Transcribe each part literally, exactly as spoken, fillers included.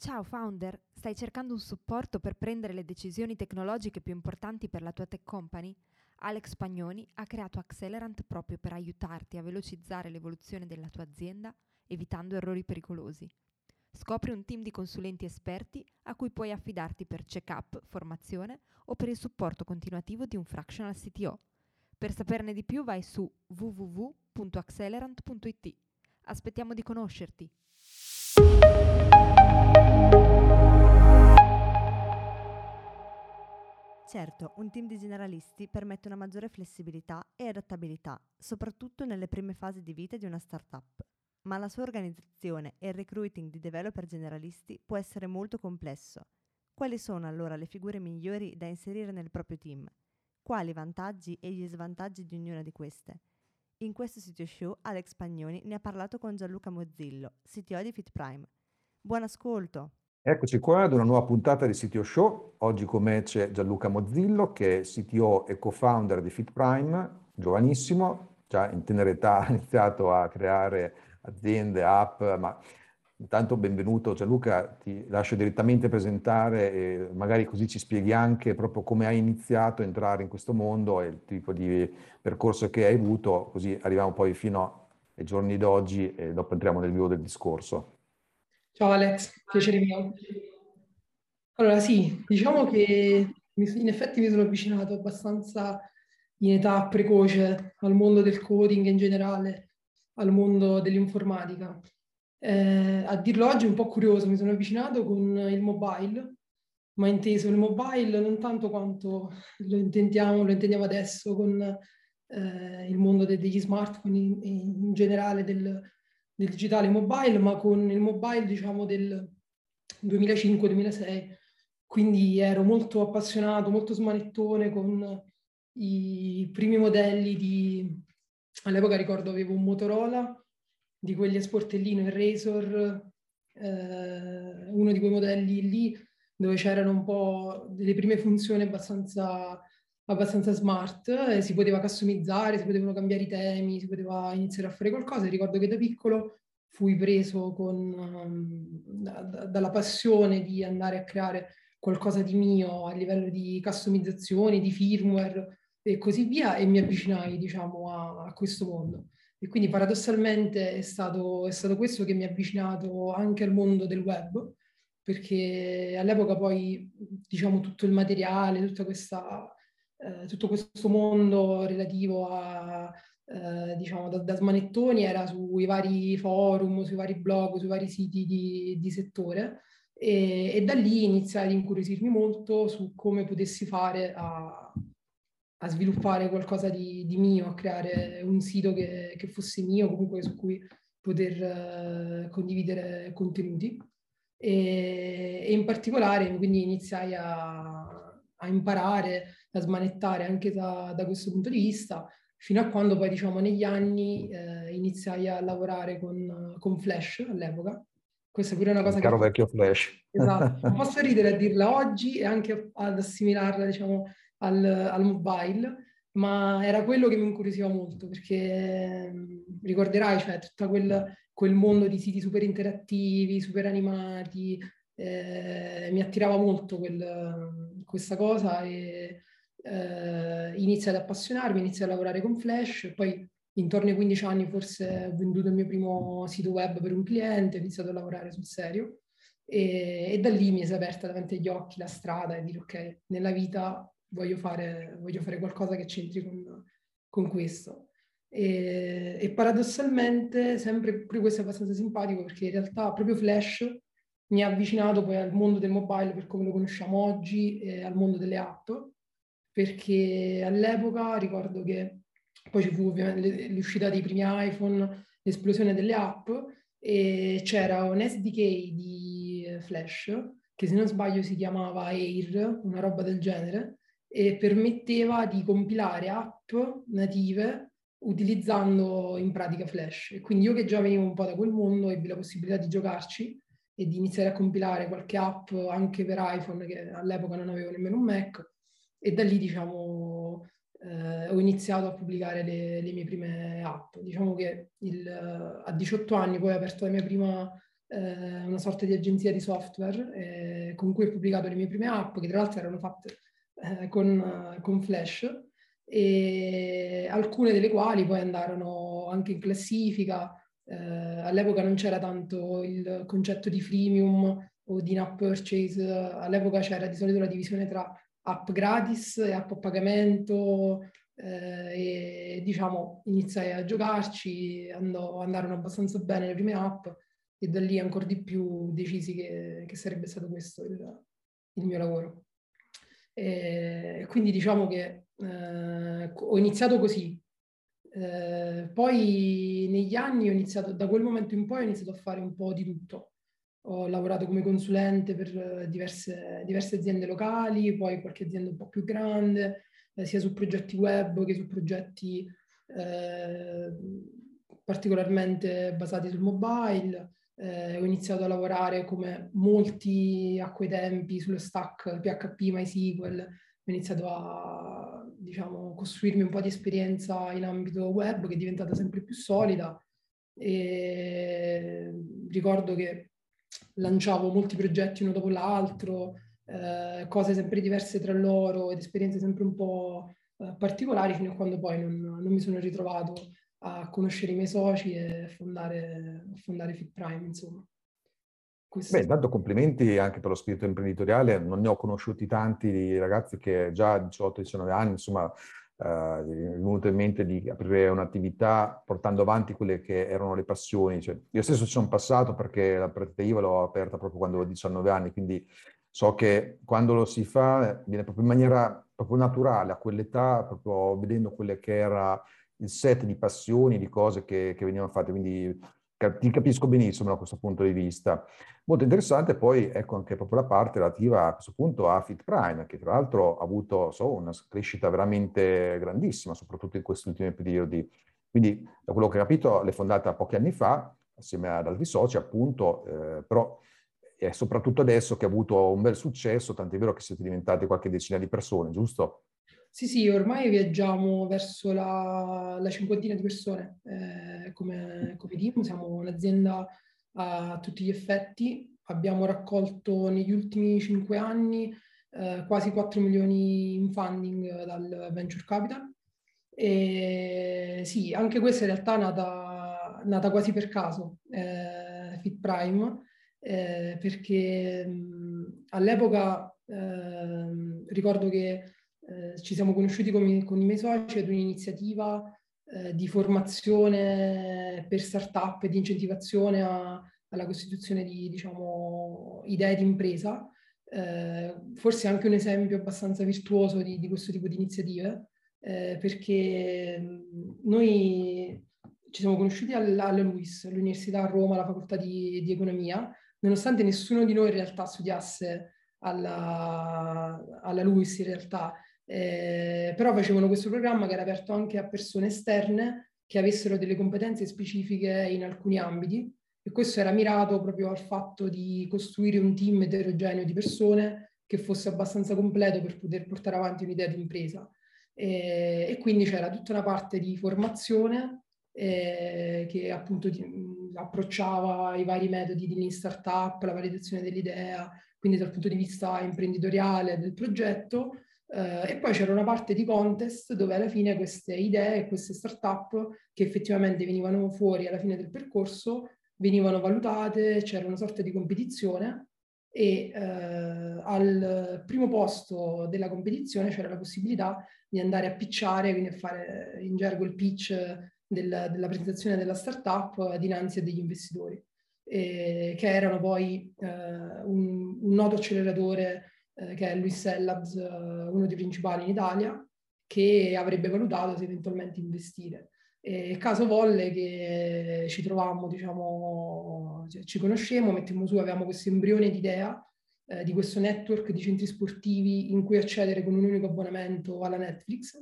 Ciao founder, stai cercando un supporto per prendere le decisioni tecnologiche più importanti per la tua tech company? Alex Pagnoni ha creato Accelerant proprio per aiutarti a velocizzare l'evoluzione della tua azienda, evitando errori pericolosi. Scopri un team di consulenti esperti a cui puoi affidarti per check-up, formazione o per il supporto continuativo di un fractional C T O. Per saperne di più vai su w w w punto accelerant punto i t. Aspettiamo di conoscerti. Certo, un team di generalisti permette una maggiore flessibilità e adattabilità, soprattutto nelle prime fasi di vita di una startup. Ma la sua organizzazione e il recruiting di developer generalisti può essere molto complesso. Quali sono allora le figure migliori da inserire nel proprio team? Quali i vantaggi e gli svantaggi di ognuna di queste? In questo sito show Alex Pagnoni ne ha parlato con Gianluca Mozzillo, C T O di FitPrime. Buon ascolto! Eccoci qua ad una nuova puntata di C T O Show. Oggi con me c'è Gianluca Mozzillo, che è C T O e co-founder di FitPrime, giovanissimo, già in tenera età ha iniziato a creare aziende, app, ma intanto benvenuto Gianluca, ti lascio direttamente presentare e magari così ci spieghi anche proprio come hai iniziato a entrare in questo mondo e il tipo di percorso che hai avuto, così arriviamo poi fino ai giorni d'oggi e dopo entriamo nel vivo del discorso. Ciao Alex, piacere mio. Allora sì, diciamo che mi- in effetti mi sono avvicinato abbastanza in età precoce al mondo del coding in generale, al mondo dell'informatica. Eh, a dirlo oggi è un po' curioso, mi sono avvicinato con il mobile, ma inteso il mobile non tanto quanto lo intendiamo, lo intendiamo adesso con eh, il mondo de- degli smartphone in, in generale del, del digitale mobile, ma con il mobile diciamo del duemilacinque-duemilasei. Quindi ero molto appassionato, molto smanettone con i primi modelli di... All'epoca ricordo avevo un Motorola, di quelli a sportellino, il Razor, eh, uno di quei modelli lì dove c'erano un po' delle prime funzioni abbastanza, abbastanza smart, e si poteva customizzare, si potevano cambiare i temi, si poteva iniziare a fare qualcosa. Ricordo che da piccolo fui preso con, um, da, da, dalla passione di andare a creare qualcosa di mio a livello di customizzazioni, di firmware e così via, e mi avvicinai, diciamo, a, a questo mondo. E quindi paradossalmente è stato, è stato questo che mi ha avvicinato anche al mondo del web, perché all'epoca poi, diciamo, tutto il materiale, tutta questa, eh, tutto questo mondo relativo a, eh, diciamo, da, da smanettoni era sui vari forum, sui vari blog, sui vari siti di, di settore. E, e da lì iniziai ad incuriosirmi molto su come potessi fare a, a sviluppare qualcosa di, di mio, a creare un sito che, che fosse mio, comunque su cui poter eh, condividere contenuti. E, e in particolare quindi iniziai a, a imparare, a smanettare anche da, da questo punto di vista, fino a quando poi, diciamo, negli anni eh, iniziai a lavorare con, con Flash all'epoca. Questa pure è una cosa Il che caro fa... vecchio Flash. Esatto, non posso ridere a dirla oggi e anche ad assimilarla, diciamo, al, al mobile, ma era quello che mi incuriosiva molto, perché eh, ricorderai, cioè, tutto quel, quel mondo di siti super interattivi, super animati, eh, mi attirava molto quel, questa cosa e eh, iniziai ad appassionarmi, iniziai a lavorare con Flash, poi intorno ai quindici anni forse ho venduto il mio primo sito web per un cliente, ho iniziato a lavorare sul serio. E, e da lì mi si è aperta davanti agli occhi la strada e dire ok, nella vita voglio fare, voglio fare qualcosa che c'entri con, con questo. E, e paradossalmente, sempre pure questo è abbastanza simpatico perché in realtà proprio Flash mi ha avvicinato poi al mondo del mobile per come lo conosciamo oggi e al mondo delle app, perché all'epoca ricordo che poi ci fu ovviamente l'uscita dei primi iPhone, l'esplosione delle app e c'era un S D K di Flash che se non sbaglio si chiamava Air, una roba del genere, e permetteva di compilare app native utilizzando in pratica Flash. E quindi io che già venivo un po' da quel mondo ebbi la possibilità di giocarci e di iniziare a compilare qualche app anche per iPhone, che all'epoca non avevo nemmeno un Mac, e da lì diciamo eh, ho iniziato a pubblicare le, le mie prime app. Diciamo che il, a diciotto anni poi ho aperto la mia prima eh, una sorta di agenzia di software eh, con cui ho pubblicato le mie prime app, che tra l'altro erano fatte eh, con, con Flash, e alcune delle quali poi andarono anche in classifica. Eh, all'epoca non c'era tanto il concetto di freemium o di in-app purchase, all'epoca c'era di solito la divisione tra app gratis e app a pagamento, eh, e diciamo iniziai a giocarci, andò, andarono abbastanza bene le prime app e da lì ancora di più decisi che, che sarebbe stato questo il, il mio lavoro. E quindi diciamo che eh, ho iniziato così. Eh, poi negli anni ho iniziato, da quel momento in poi ho iniziato a fare un po' di tutto. Ho lavorato come consulente per diverse, diverse aziende locali, poi qualche azienda un po' più grande, eh, sia su progetti web che su progetti eh, particolarmente basati sul mobile. Eh, ho iniziato a lavorare come molti a quei tempi sullo stack P H P, MySQL. Ho iniziato a, diciamo, costruirmi un po' di esperienza in ambito web che è diventata sempre più solida, e ricordo che lanciavo molti progetti uno dopo l'altro, eh, cose sempre diverse tra loro ed esperienze sempre un po' eh, particolari, fino a quando poi non, non mi sono ritrovato a conoscere i miei soci e fondare, fondare Fit Prime, insomma. Questo. Beh, intanto complimenti anche per lo spirito imprenditoriale. Non ne ho conosciuti tanti di ragazzi che già a diciotto diciannove anni, insomma, eh, mi è venuto in mente di aprire un'attività portando avanti quelle che erano le passioni. Cioè, io stesso ci sono passato perché la partita I V A l'ho aperta proprio quando avevo diciannove anni, quindi so che quando lo si fa viene proprio in maniera proprio naturale, a quell'età, proprio vedendo quelle che era il set di passioni, di cose che, che venivano fatte, quindi ti capisco benissimo da questo punto di vista. Molto interessante poi, ecco, anche proprio la parte relativa a questo punto a Fit Prime, che tra l'altro ha avuto so, una crescita veramente grandissima, soprattutto in questi ultimi periodi. Quindi, da quello che ho capito, l'hai fondata pochi anni fa, assieme ad altri soci, appunto, eh, però è soprattutto adesso che ha avuto un bel successo, tant'è vero che siete diventati qualche decina di persone, giusto? Sì, sì, ormai viaggiamo verso la, la cinquantina di persone eh, come, come team, siamo un'azienda a tutti gli effetti, abbiamo raccolto negli ultimi cinque anni eh, quasi quattro milioni in funding dal venture capital, e sì, anche questa in realtà è nata, nata quasi per caso, eh, Fit Prime, eh, perché mh, all'epoca eh, ricordo che eh, ci siamo conosciuti con, i- con i miei soci ad un'iniziativa eh, di formazione per start-up e di incentivazione a- alla costituzione di, diciamo, idee di impresa. Eh, forse anche un esempio abbastanza virtuoso di, di questo tipo di iniziative, eh, perché mh, noi ci siamo conosciuti alla, alla LUISS, all'Università a Roma, alla facoltà di, di economia, nonostante nessuno di noi in realtà studiasse alla, alla LUISS in realtà, eh, però facevano questo programma che era aperto anche a persone esterne che avessero delle competenze specifiche in alcuni ambiti, e questo era mirato proprio al fatto di costruire un team eterogeneo di persone che fosse abbastanza completo per poter portare avanti un'idea di impresa. E, e quindi c'era tutta una parte di formazione eh, che appunto ti, mh, approcciava i vari metodi di lean startup, la validazione dell'idea, quindi dal punto di vista imprenditoriale del progetto. Uh, e poi c'era una parte di contest dove alla fine queste idee, queste startup che effettivamente venivano fuori alla fine del percorso venivano valutate, c'era una sorta di competizione e uh, al primo posto della competizione c'era la possibilità di andare a pitchare, quindi a fare in gergo il pitch del, della presentazione della startup dinanzi a degli investitori, e, che erano poi uh, un, un noto acceleratore eh, che è Luis Labs, eh, uno dei principali in Italia, che avrebbe valutato se eventualmente investire. E caso volle che ci trovammo, diciamo, ci conoscemmo, mettemmo su, avevamo questo embrione di idea eh, di questo network di centri sportivi in cui accedere con un unico abbonamento alla Netflix.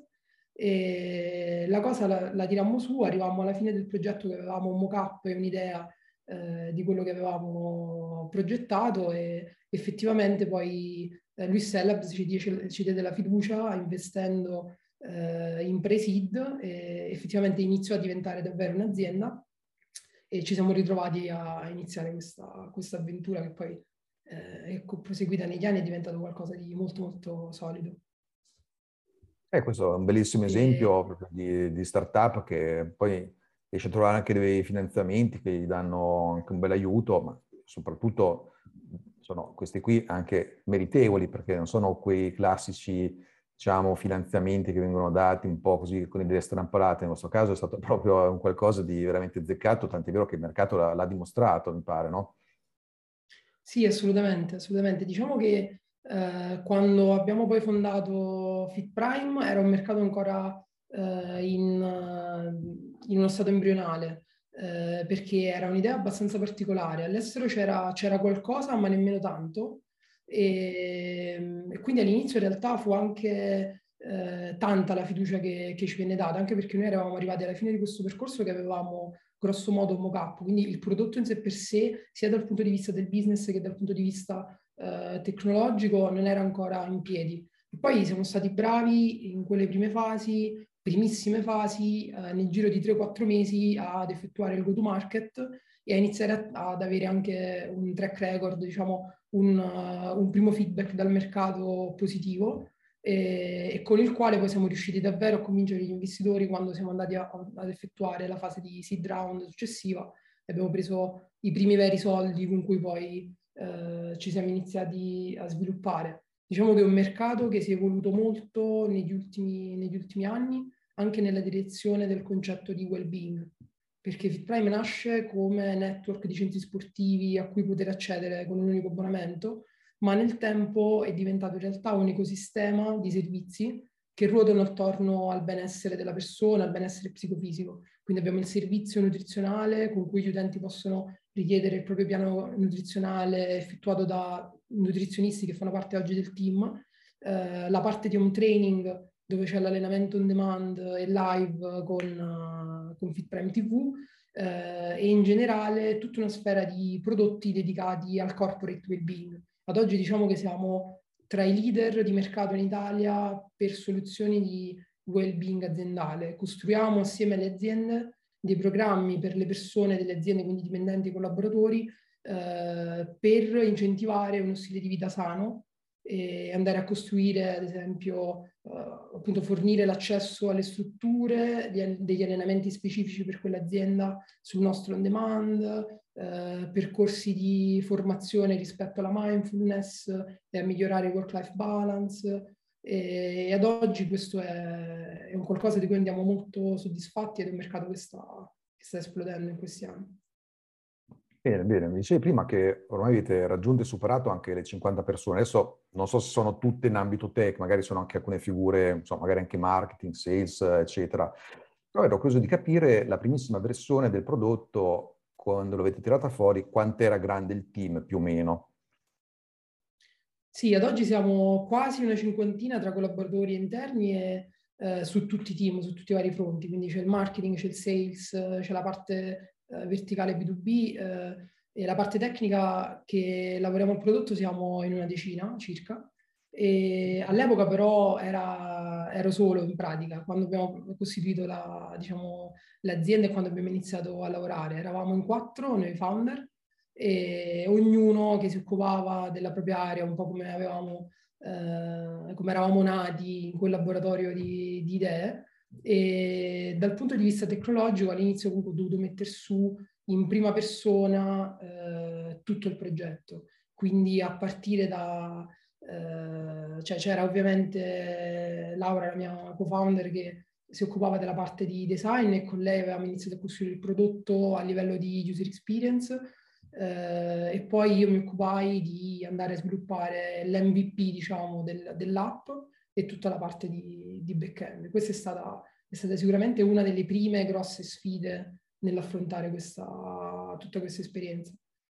E la cosa la, la tirammo su, arrivammo alla fine del progetto che avevamo un mock-up e un'idea eh, di quello che avevamo progettato, e effettivamente poi eh, Luis Labs ci, dice, ci diede la fiducia investendo eh, in pre-seed, e effettivamente iniziò a diventare davvero un'azienda. e ci siamo ritrovati a iniziare questa, questa avventura che poi eh, è proseguita negli anni, è diventato qualcosa di molto molto solido. Eh, questo è un bellissimo esempio proprio di, di startup che poi riesce a trovare anche dei finanziamenti che gli danno anche un bel aiuto, ma soprattutto sono questi qui anche meritevoli, perché non sono quei classici, diciamo, finanziamenti che vengono dati un po' così con idee strampalate. Nel nostro caso è stato proprio un qualcosa di veramente azzeccato, tant'è vero che il mercato l'ha, l'ha dimostrato, mi pare, no? Sì, assolutamente, assolutamente. Diciamo che eh, quando abbiamo poi fondato FitPrime era un mercato ancora eh, in, uh, in uno stato embrionale, eh, perché era un'idea abbastanza particolare. All'estero c'era, c'era qualcosa, ma nemmeno tanto. E, e quindi all'inizio in realtà fu anche eh, tanta la fiducia che, che ci venne data, anche perché noi eravamo arrivati alla fine di questo percorso che avevamo grosso modo un mock-up, quindi il prodotto in sé per sé, sia dal punto di vista del business che dal punto di vista eh, tecnologico, non era ancora in piedi. E poi siamo stati bravi in quelle prime fasi, primissime fasi, eh, nel giro di tre quattro mesi ad effettuare il go-to-market e a iniziare a, ad avere anche un track record, diciamo, un, uh, un primo feedback dal mercato positivo e, e con il quale poi siamo riusciti davvero a convincere gli investitori quando siamo andati a, a, ad effettuare la fase di seed round successiva e abbiamo preso i primi veri soldi con cui poi eh, ci siamo iniziati a sviluppare. Diciamo che è un mercato che si è evoluto molto negli ultimi, negli ultimi anni, anche nella direzione del concetto di well-being, perché FitPrime nasce come network di centri sportivi a cui poter accedere con un unico abbonamento, ma nel tempo è diventato in realtà un ecosistema di servizi che ruotano attorno al benessere della persona, al benessere psicofisico. Quindi abbiamo il servizio nutrizionale con cui gli utenti possono richiedere il proprio piano nutrizionale effettuato da nutrizionisti che fanno parte oggi del team, eh, la parte di home training dove c'è l'allenamento on demand e live con, uh, con FitPrime ti vu, eh, e in generale tutta una sfera di prodotti dedicati al corporate well-being. Ad oggi diciamo che siamo tra i leader di mercato in Italia per soluzioni di well-being aziendale. Costruiamo assieme alle aziende dei programmi per le persone delle aziende, quindi dipendenti e collaboratori, eh, per incentivare uno stile di vita sano e andare a costruire, ad esempio, Uh, appunto fornire l'accesso alle strutture, di, degli allenamenti specifici per quell'azienda sul nostro on demand, uh, percorsi di formazione rispetto alla mindfulness e a migliorare il work-life balance. E, e ad oggi questo è, è un qualcosa di cui andiamo molto soddisfatti ed è un mercato che sta, che sta esplodendo in questi anni. Bene, bene, mi dicevi prima che ormai avete raggiunto e superato anche le cinquanta persone. Adesso non so se sono tutte in ambito tech, magari sono anche alcune figure, insomma, magari anche marketing, sales, eccetera. Però ero curioso di capire la primissima versione del prodotto, quando l'avete tirata fuori, quant'era grande il team più o meno. Sì, ad oggi siamo quasi una cinquantina tra collaboratori interni e eh, su tutti i team, su tutti i vari fronti. Quindi c'è il marketing, c'è il sales, c'è la parte eh, verticale bi tu bi eh, e la parte tecnica che lavoriamo al prodotto siamo in una decina circa. E all'epoca però era, ero solo in pratica, quando abbiamo costituito la, diciamo, l'azienda e quando abbiamo iniziato a lavorare. Eravamo in quattro, noi founder, e ognuno che si occupava della propria area, un po' come avevamo, eh, come eravamo nati in quel laboratorio di, di idee. E dal punto di vista tecnologico all'inizio comunque ho dovuto mettere su in prima persona eh, tutto il progetto, quindi a partire da, eh, cioè c'era ovviamente Laura, la mia co-founder, che si occupava della parte di design e con lei avevamo iniziato a costruire il prodotto a livello di user experience. Eh, e poi io mi occupai di andare a sviluppare l'emme vu pi, diciamo, del, dell'app e tutta la parte di, di back-end. Questa è stata, è stata sicuramente una delle prime grosse sfide nell'affrontare questa, tutta questa esperienza.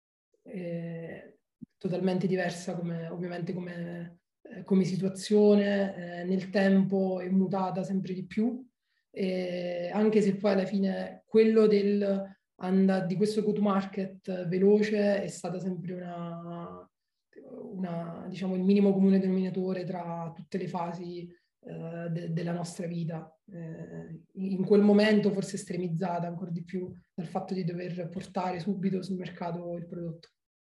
Eh, totalmente diversa come, ovviamente come, eh, come situazione, eh, nel tempo è mutata sempre di più, eh, anche se poi alla fine quello del And, di questo go-to-market veloce è stata sempre una, una, diciamo, il minimo comune denominatore tra tutte le fasi eh, de- della nostra vita. Eh, in quel momento forse estremizzata ancora di più dal fatto di dover portare subito sul mercato il prodotto.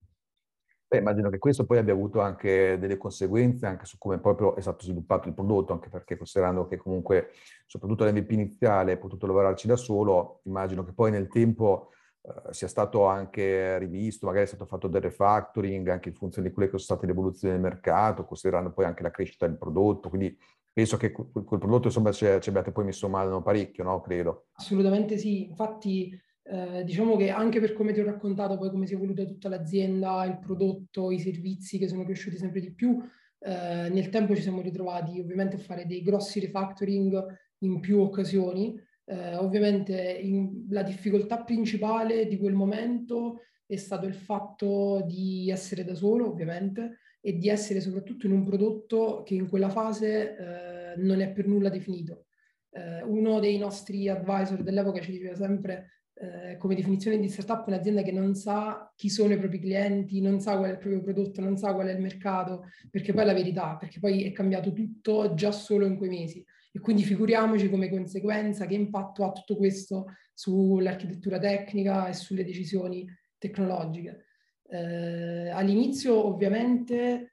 Beh, immagino che questo poi abbia avuto anche delle conseguenze anche su come proprio è stato sviluppato il prodotto, anche perché considerando che comunque, soprattutto l'M V P iniziale, hai potuto lavorarci da solo, immagino che poi nel tempo eh, sia stato anche rivisto, magari è stato fatto del refactoring, anche in funzione di quelle che sono state le evoluzioni del mercato, considerando poi anche la crescita del prodotto, quindi penso che quel, quel prodotto insomma ci, ci abbiate poi messo mano parecchio, no? Credo. Assolutamente sì, infatti eh, diciamo che anche per come ti ho raccontato poi come si è evoluta tutta l'azienda, il prodotto, i servizi che sono cresciuti sempre di più, eh, nel tempo ci siamo ritrovati ovviamente a fare dei grossi refactoring in più occasioni. Eh, ovviamente in- la difficoltà principale di quel momento è stato il fatto di essere da solo, ovviamente, e di essere soprattutto in un prodotto che in quella fase eh, non è per nulla definito. Eh, uno dei nostri advisor dell'epoca ci diceva sempre eh, come definizione di startup un'azienda che non sa chi sono i propri clienti, non sa qual è il proprio prodotto, non sa qual è il mercato, perché poi è la verità, perché poi è cambiato tutto già solo in quei mesi. E quindi figuriamoci come conseguenza che impatto ha tutto questo sull'architettura tecnica e sulle decisioni tecnologiche. Eh, all'inizio ovviamente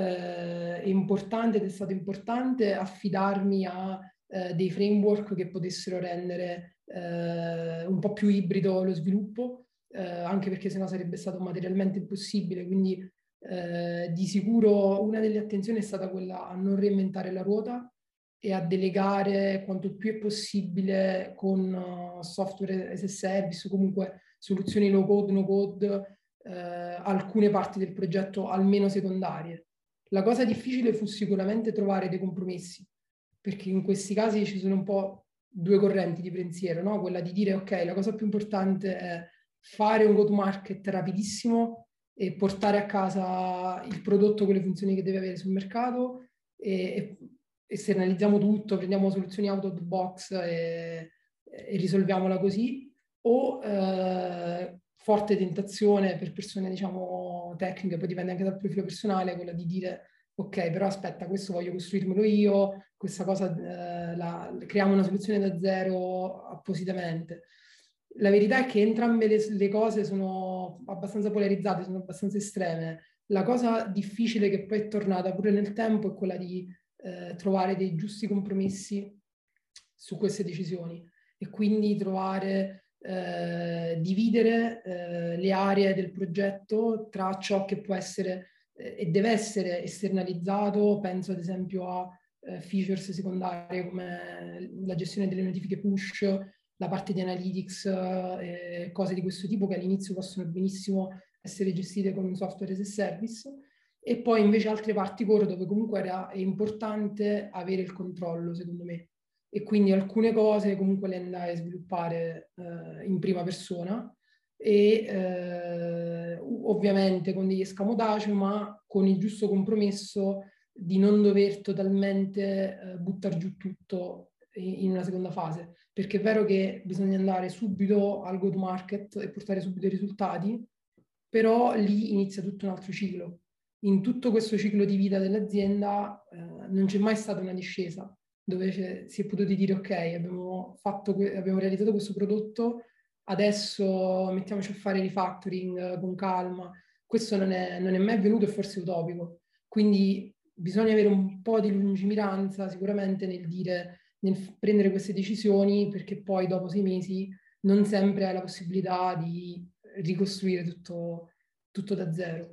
eh, è importante ed è stato importante affidarmi a eh, dei framework che potessero rendere eh, un po' più ibrido lo sviluppo, eh, anche perché sennò sarebbe stato materialmente impossibile. Quindi eh, di sicuro una delle attenzioni è stata quella a non reinventare la ruota e a delegare quanto più è possibile con uh, software as a service o comunque soluzioni low code, no code, eh, alcune parti del progetto almeno secondarie. La cosa difficile fu sicuramente trovare dei compromessi, perché in questi casi ci sono un po' due correnti di pensiero, no? Quella di dire ok, la cosa più importante è fare un go-to-market rapidissimo e portare a casa il prodotto con le funzioni che deve avere sul mercato e, e esternalizziamo tutto, prendiamo soluzioni out of the box e, e risolviamola così, o eh, forte tentazione per persone diciamo tecniche, poi dipende anche dal profilo personale, quella di dire ok, però aspetta, questo voglio costruirmelo io, questa cosa eh, la, creiamo una soluzione da zero appositamente. La verità è che entrambe le, le cose sono abbastanza polarizzate, sono abbastanza estreme. La cosa difficile che poi è tornata pure nel tempo è quella di eh, trovare dei giusti compromessi su queste decisioni e quindi trovare, eh, dividere eh, le aree del progetto tra ciò che può essere eh, e deve essere esternalizzato, penso ad esempio a eh, features secondarie come la gestione delle notifiche push, la parte di analytics, eh, cose di questo tipo che all'inizio possono benissimo essere gestite con un software as a service, e poi invece altre parti core dove comunque era, è importante avere il controllo, secondo me. E quindi alcune cose comunque le andai a sviluppare eh, in prima persona e eh, ovviamente con degli escamotage, ma con il giusto compromesso di non dover totalmente eh, buttare giù tutto in, in una seconda fase. Perché è vero che bisogna andare subito al go-to-market e portare subito i risultati, però lì inizia tutto un altro ciclo. In tutto questo ciclo di vita dell'azienda eh, non c'è mai stata una discesa dove si è potuti dire ok, abbiamo, fatto, abbiamo realizzato questo prodotto, adesso mettiamoci a fare refactoring con calma. Questo non è, non è mai avvenuto e forse è utopico. Quindi bisogna avere un po' di lungimiranza sicuramente nel dire, nel prendere queste decisioni, perché poi dopo sei mesi non sempre hai la possibilità di ricostruire tutto, tutto da zero.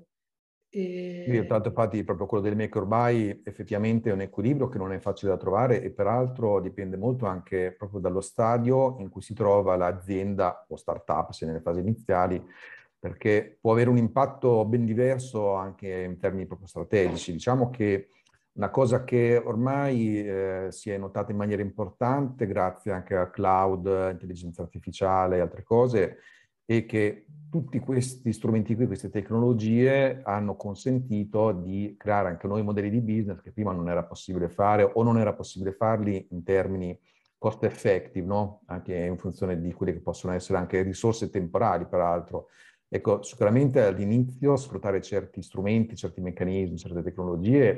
Io, E... tra l'altro, infatti, proprio quello del make or buy effettivamente è un equilibrio che non è facile da trovare e peraltro dipende molto anche proprio dallo stadio in cui si trova l'azienda o startup, se nelle fasi iniziali, perché può avere un impatto ben diverso anche in termini proprio strategici. Diciamo che una cosa che ormai eh, si è notata in maniera importante, grazie anche a cloud, intelligenza artificiale e altre cose, è che tutti questi strumenti qui, queste tecnologie hanno consentito di creare anche nuovi modelli di business che prima non era possibile fare o non era possibile farli in termini cost effective, no? Anche in funzione di quelle che possono essere anche risorse temporali, peraltro. Ecco, sicuramente all'inizio sfruttare certi strumenti, certi meccanismi, certe tecnologie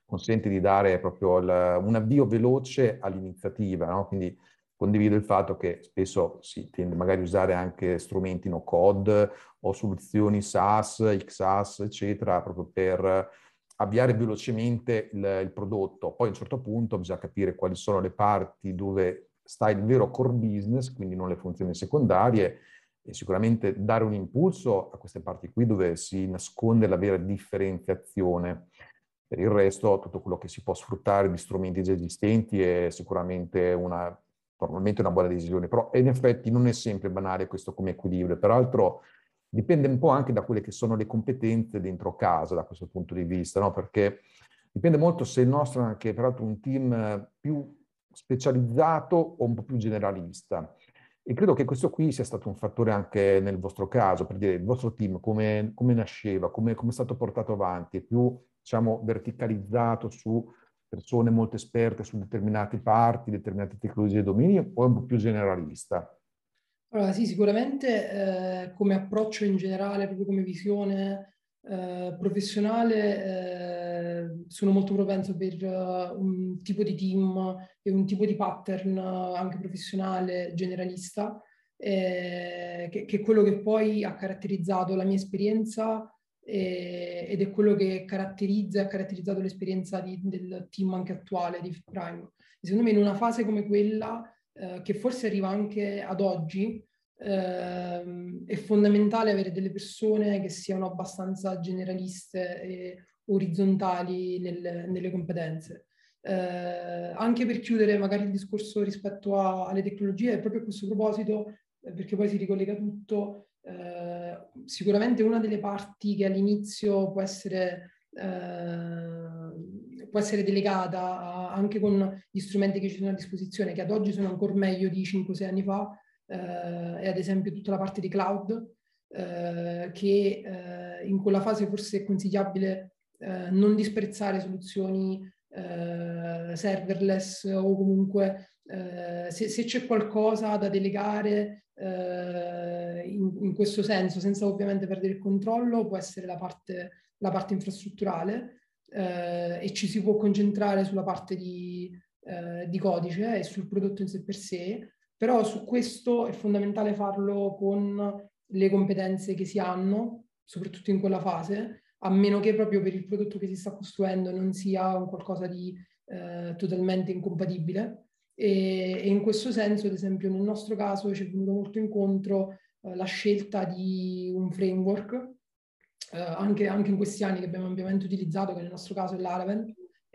consente di dare proprio il, un avvio veloce all'iniziativa, no? Quindi condivido il fatto che spesso si tende magari a usare anche strumenti no code o soluzioni SaaS, XaaS, eccetera, proprio per avviare velocemente il, il prodotto. Poi a un certo punto bisogna capire quali sono le parti dove sta il vero core business, quindi non le funzioni secondarie, e sicuramente dare un impulso a queste parti qui dove si nasconde la vera differenziazione. Per il resto, tutto quello che si può sfruttare di strumenti già esistenti è sicuramente una, normalmente una buona decisione, però in effetti non è sempre banale questo come equilibrio. Peraltro dipende un po' anche da quelle che sono le competenze dentro casa da questo punto di vista, no? Perché dipende molto se il nostro è anche peraltro un team più specializzato o un po' più generalista. E credo che questo qui sia stato un fattore anche nel vostro caso, per dire il vostro team come, come nasceva, come, come è stato portato avanti, è più diciamo verticalizzato su persone molto esperte su determinate parti, determinate tecnologie e domini, o è un po' più generalista? Allora, sì, sicuramente eh, come approccio in generale, proprio come visione eh, professionale, eh, sono molto propenso per uh, un tipo di team e un tipo di pattern uh, anche professionale generalista, eh, che, che è quello che poi ha caratterizzato la mia esperienza eh, ed è quello che caratterizza e ha caratterizzato l'esperienza di, del team anche attuale di FitPrime. E secondo me in una fase come quella, eh, che forse arriva anche ad oggi, ehm, è fondamentale avere delle persone che siano abbastanza generaliste e orizzontali nel, nelle competenze. Eh, anche per chiudere magari il discorso rispetto a, alle tecnologie, proprio a questo proposito, eh, perché poi si ricollega tutto, eh, sicuramente una delle parti che all'inizio può essere Uh, può essere delegata a, anche con gli strumenti che ci sono a disposizione, che ad oggi sono ancora meglio di cinque sei anni fa, uh, e ad esempio tutta la parte di cloud, uh, che in quella fase forse è consigliabile non disprezzare soluzioni serverless o comunque se, se c'è qualcosa da delegare in, in questo senso, senza ovviamente perdere il controllo, può essere la parte la parte infrastrutturale eh, e ci si può concentrare sulla parte di, eh, di codice e sul prodotto in sé per sé, però su questo è fondamentale farlo con le competenze che si hanno, soprattutto in quella fase, a meno che proprio per il prodotto che si sta costruendo non sia un qualcosa di eh, totalmente incompatibile. E, e in questo senso, ad esempio, nel nostro caso ci è venuto molto incontro eh, la scelta di un framework Uh, anche, anche in questi anni che abbiamo ampiamente utilizzato, che nel nostro caso è l'Araven,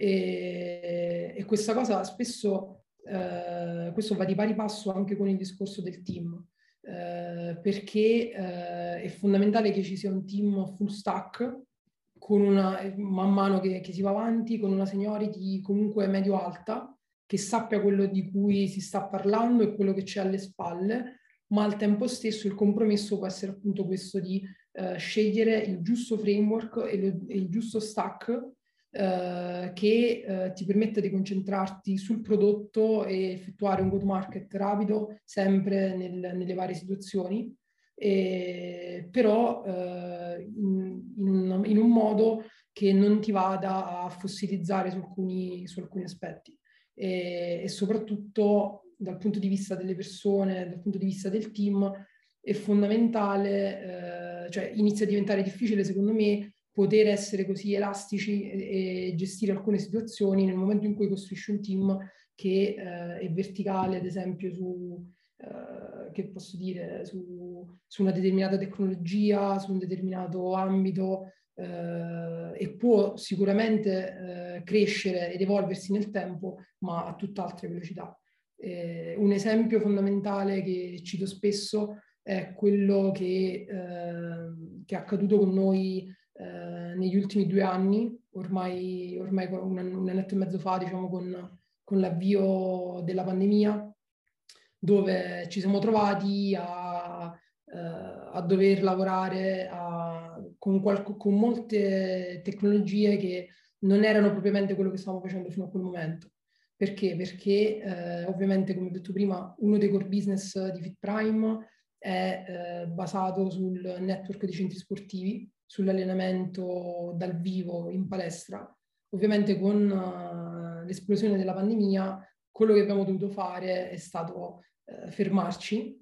e, e questa cosa spesso, uh, questo va di pari passo anche con il discorso del team, uh, perché è fondamentale che ci sia un team full stack, con una, man mano che, che si va avanti, con una seniority comunque medio-alta, che sappia quello di cui si sta parlando e quello che c'è alle spalle, ma al tempo stesso il compromesso può essere appunto questo di Uh, scegliere il giusto framework e, lo, e il giusto stack uh, che uh, ti permette di concentrarti sul prodotto e effettuare un go-to-market rapido sempre nel, nelle varie situazioni, e, però in, in, un, in un modo che non ti vada a fossilizzare su alcuni, su alcuni aspetti e, e soprattutto dal punto di vista delle persone, dal punto di vista del team è fondamentale, eh, cioè inizia a diventare difficile secondo me poter essere così elastici e, e gestire alcune situazioni nel momento in cui costruisci un team che eh, è verticale, ad esempio su, eh, che posso dire, su, su una determinata tecnologia, su un determinato ambito eh, e può sicuramente eh, crescere ed evolversi nel tempo, ma a tutt'altre velocità. Eh, un esempio fondamentale che cito spesso è quello che, eh, che è accaduto con noi eh, negli ultimi due anni, ormai, ormai un, un annetto e mezzo fa, diciamo, con, con l'avvio della pandemia, dove ci siamo trovati a, eh, a dover lavorare a, con, qualco, con molte tecnologie che non erano propriamente quello che stavamo facendo fino a quel momento. Perché? Perché eh, ovviamente, come ho detto prima, uno dei core business di FitPrime è eh, basato sul network di centri sportivi, sull'allenamento dal vivo in palestra, Ovviamente con uh, l'esplosione della pandemia, quello che abbiamo dovuto fare è stato uh, fermarci.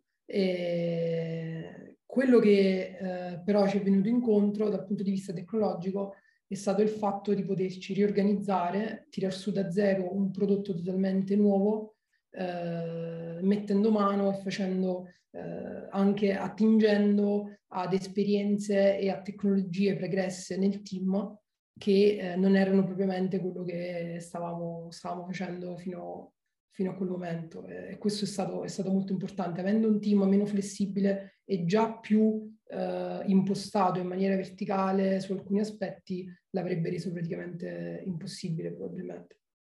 E quello che uh, però ci è venuto incontro dal punto di vista tecnologico è stato il fatto di poterci riorganizzare, tirar su da zero un prodotto totalmente nuovo, uh, mettendo mano e facendo uh, anche attingendo ad esperienze e a tecnologie pregresse nel team che eh, non erano propriamente quello che stavamo, stavamo facendo fino, fino a quel momento. E questo è stato, è stato molto importante. Avendo un team meno flessibile e già più eh, impostato in maniera verticale su alcuni aspetti, l'avrebbe reso praticamente impossibile probabilmente.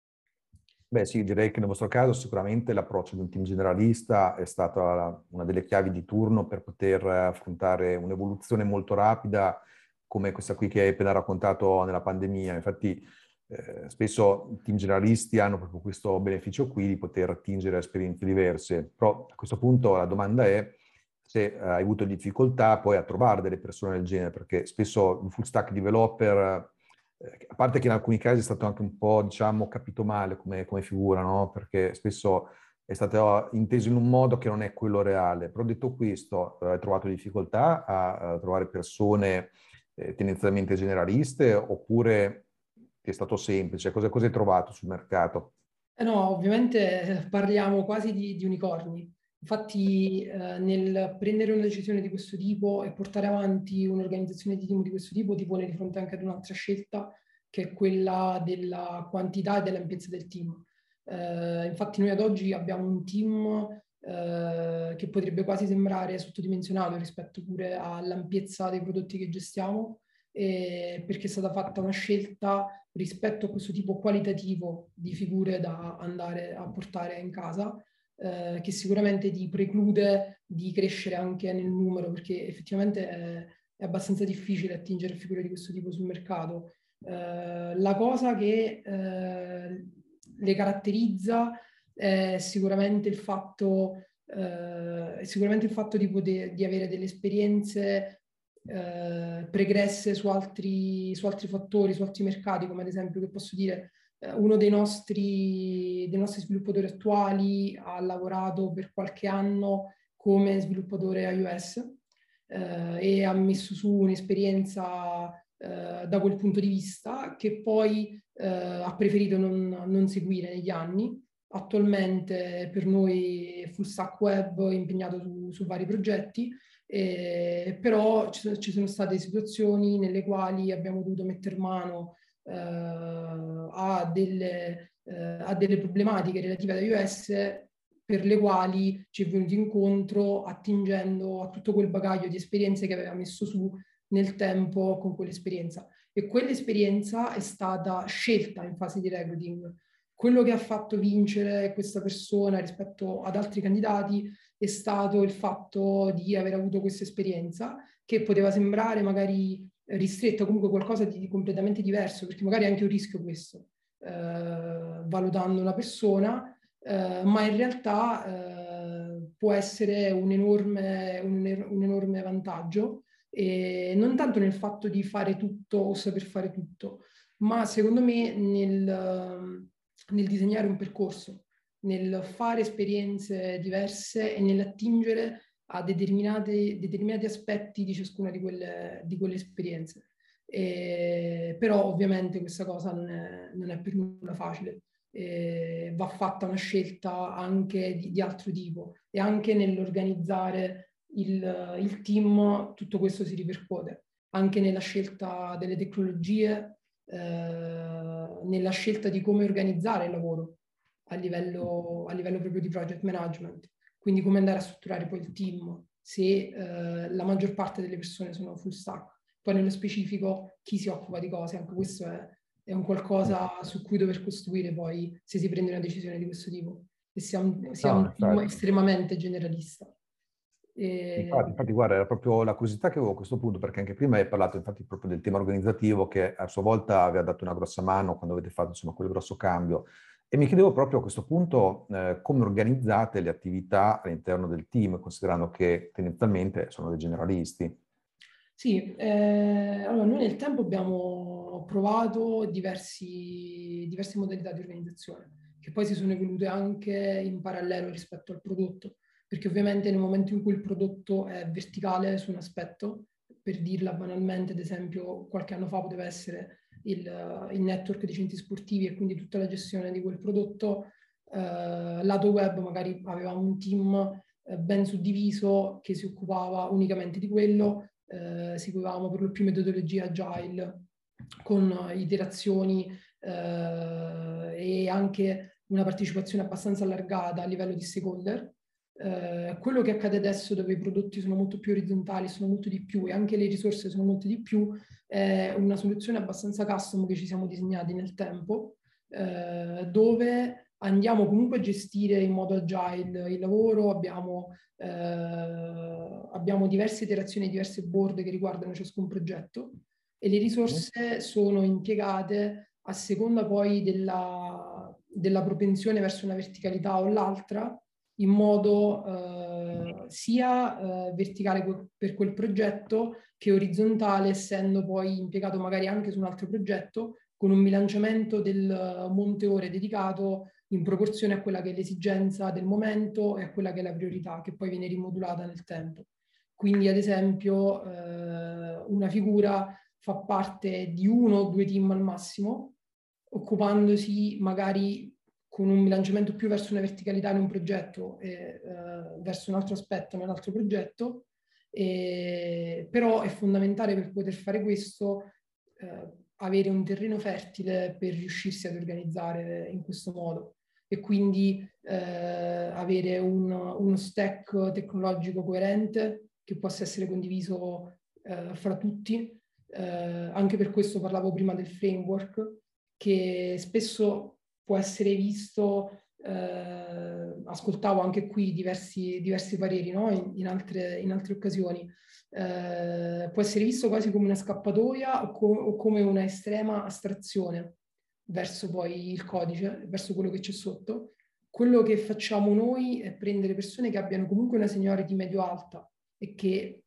Beh sì, direi che nel vostro caso sicuramente l'approccio di un team generalista è stata una delle chiavi di turno per poter affrontare un'evoluzione molto rapida come questa qui che hai appena raccontato nella pandemia. Infatti eh, spesso i team generalisti hanno proprio questo beneficio qui di poter attingere a esperienze diverse. Però a questo punto la domanda è se hai avuto difficoltà poi a trovare delle persone del genere, perché spesso un full stack developer, eh, a parte che in alcuni casi è stato anche un po', diciamo, capito male come, come figura, no? Perché spesso è stato inteso in un modo che non è quello reale. Però detto questo, hai trovato difficoltà a, a trovare persone eh, tendenzialmente generaliste oppure ti è stato semplice? Cosa, cosa hai trovato sul mercato? Eh no, ovviamente parliamo quasi di, di unicorni. Infatti eh, nel prendere una decisione di questo tipo e portare avanti un'organizzazione di team di questo tipo ti pone di fronte anche ad un'altra scelta, che è quella della quantità e dell'ampiezza del team. Eh, infatti noi ad oggi abbiamo un team eh, che potrebbe quasi sembrare sottodimensionato rispetto pure all'ampiezza dei prodotti che gestiamo, eh, perché è stata fatta una scelta rispetto a questo tipo qualitativo di figure da andare a portare in casa, eh, che sicuramente ti preclude di crescere anche nel numero, perché effettivamente è, è abbastanza difficile attingere figure di questo tipo sul mercato. Eh, la cosa che eh, le caratterizza è sicuramente il fatto, eh, è sicuramente il fatto di, poter, di avere delle esperienze eh, pregresse su altri, su altri fattori, su altri mercati, come ad esempio, che posso dire, eh, uno dei nostri, dei nostri sviluppatori attuali ha lavorato per qualche anno come sviluppatore iOS eh, e ha messo su un'esperienza eh, da quel punto di vista che poi eh, ha preferito non, non seguire negli anni. Attualmente per noi è full stack web, impegnato su, su vari progetti, eh, però ci, ci sono state situazioni nelle quali abbiamo dovuto mettere mano eh, a, delle, eh, a delle problematiche relative ad iOS per le quali ci è venuto incontro attingendo a tutto quel bagaglio di esperienze che aveva messo su nel tempo con quell'esperienza. E quell'esperienza è stata scelta in fase di recruiting. Quello che ha fatto vincere questa persona rispetto ad altri candidati è stato il fatto di aver avuto questa esperienza, che poteva sembrare magari ristretta, comunque qualcosa di completamente diverso, perché magari è anche un rischio questo, eh, valutando una persona, eh, ma in realtà eh, può essere un enorme, un, un enorme vantaggio, e non tanto nel fatto di fare tutto o saper fare tutto, ma secondo me nel, nel disegnare un percorso, nel fare esperienze diverse e nell'attingere a determinati, determinati aspetti di ciascuna di quelle, di quelle esperienze. E, però ovviamente questa cosa non è, non è per nulla facile. E va fatta una scelta anche di, di altro tipo e anche nell'organizzare il, il team tutto questo si ripercuote, anche nella scelta delle tecnologie, eh, nella scelta di come organizzare il lavoro a livello, a livello proprio di project management, quindi come andare a strutturare poi il team se eh, la maggior parte delle persone sono full stack. Poi nello specifico chi si occupa di cosa, anche questo è, è un qualcosa su cui dover costruire poi se si prende una decisione di questo tipo, e sia un, sia No, un team infatti. estremamente generalista. Infatti, E... infatti, guarda, era proprio la curiosità che avevo a questo punto, perché anche prima hai parlato infatti proprio del tema organizzativo che a sua volta aveva dato una grossa mano quando avete fatto insomma quel grosso cambio. E mi chiedevo proprio a questo punto eh, come organizzate le attività all'interno del team, considerando che tendenzialmente sono dei generalisti. Sì, eh, allora noi nel tempo abbiamo ho provato diversi, diverse modalità di organizzazione, che poi si sono evolute anche in parallelo rispetto al prodotto, perché ovviamente nel momento in cui il prodotto è verticale su un aspetto, per dirla banalmente, ad esempio qualche anno fa poteva essere il, il network di centri sportivi e quindi tutta la gestione di quel prodotto, eh, lato web magari avevamo un team eh, ben suddiviso che si occupava unicamente di quello, eh, seguivamo per lo più metodologia agile con iterazioni eh, e anche una partecipazione abbastanza allargata a livello di stakeholder. Eh, quello che accade adesso, dove i prodotti sono molto più orizzontali, sono molto di più e anche le risorse sono molto di più, è una soluzione abbastanza custom che ci siamo disegnati nel tempo, eh, dove andiamo comunque a gestire in modo agile il lavoro, abbiamo, eh, abbiamo diverse iterazioni, diverse board che riguardano ciascun progetto e le risorse sono impiegate a seconda poi della, della propensione verso una verticalità o l'altra, in modo eh, sia eh, verticale per quel progetto che orizzontale, essendo poi impiegato magari anche su un altro progetto, con un bilanciamento del monte ore dedicato in proporzione a quella che è l'esigenza del momento e a quella che è la priorità, che poi viene rimodulata nel tempo. Quindi, ad esempio, eh, una figura fa parte di uno o due team al massimo, occupandosi magari con un bilanciamento più verso una verticalità in un progetto e eh, verso un altro aspetto nell'altro progetto, e, però è fondamentale per poter fare questo eh, avere un terreno fertile per riuscirsi ad organizzare in questo modo e quindi eh, avere un, uno stack tecnologico coerente che possa essere condiviso eh, fra tutti. Eh, anche per questo parlavo prima del framework, che spesso può essere visto, eh, ascoltavo anche qui diversi, diversi pareri, no? in, in, altre, in altre occasioni, eh, può essere visto quasi come una scappatoia o, co- o come una estrema astrazione verso poi il codice, verso quello che c'è sotto. Quello che facciamo noi è prendere persone che abbiano comunque una seniority medio-alta e che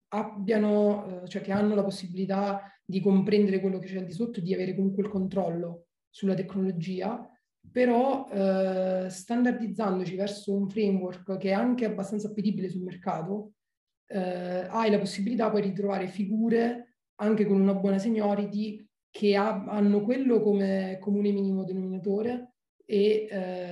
abbiano, eh, cioè che hanno la possibilità di comprendere quello che c'è al di sotto, di avere comunque il controllo sulla tecnologia, però eh, standardizzandoci verso un framework che è anche abbastanza appetibile sul mercato, eh, hai la possibilità poi di trovare figure anche con una buona seniority che ha, hanno quello come comune minimo denominatore e,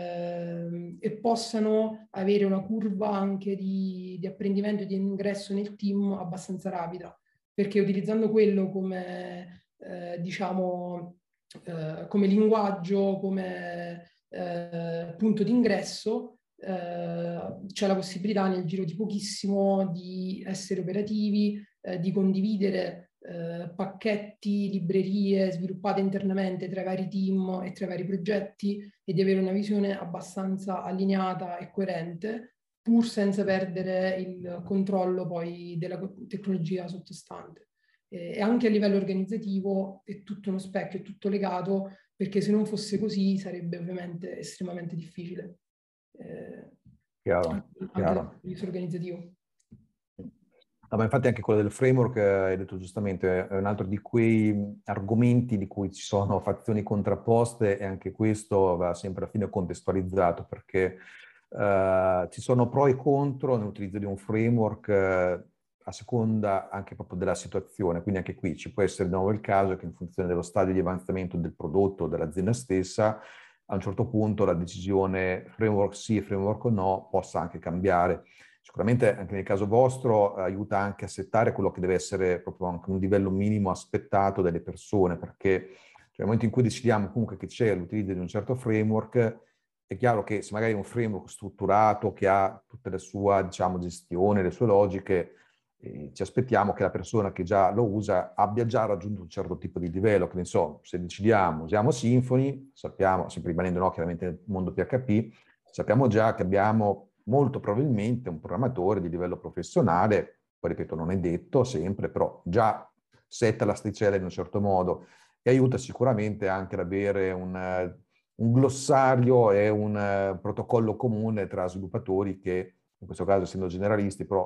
eh, e possano avere una curva anche di, di apprendimento e di ingresso nel team abbastanza rapida, perché utilizzando quello come, eh, diciamo, eh, come linguaggio, come eh, punto d'ingresso, eh, c'è la possibilità nel giro di pochissimo di essere operativi, eh, di condividere eh, pacchetti, librerie sviluppate internamente tra i vari team e tra i vari progetti e di avere una visione abbastanza allineata e coerente, pur senza perdere il controllo poi della tecnologia sottostante. E anche a livello organizzativo è tutto uno specchio, è tutto legato, perché se non fosse così sarebbe ovviamente estremamente difficile. Eh, Chiaro, anche chiaro. dal punto di vista organizzativo. No, ma infatti anche quello del framework, eh, hai detto giustamente, è un altro di quei argomenti di cui ci sono fazioni contrapposte e anche questo va sempre alla fine contestualizzato perché eh, ci sono pro e contro nell'utilizzo di un framework eh, a seconda anche proprio della situazione. Quindi anche qui ci può essere di nuovo il caso che in funzione dello stadio di avanzamento del prodotto o dell'azienda stessa, a un certo punto la decisione framework sì e framework no possa anche cambiare. Sicuramente anche nel caso vostro aiuta anche a settare quello che deve essere proprio anche un livello minimo aspettato dalle persone, perché cioè, nel momento in cui decidiamo comunque che c'è l'utilizzo di un certo framework, è chiaro che se magari è un framework strutturato che ha tutta la sua, diciamo, gestione, le sue logiche, eh, ci aspettiamo che la persona che già lo usa abbia già raggiunto un certo tipo di livello, che ne so, se decidiamo, usiamo Symfony, sappiamo, sempre rimanendo no, chiaramente nel mondo P H P, sappiamo già che abbiamo molto probabilmente un programmatore di livello professionale, poi ripeto non è detto sempre, però già setta l'asticella in un certo modo e aiuta sicuramente anche ad avere un, un glossario e un uh, protocollo comune tra sviluppatori che in questo caso essendo generalisti però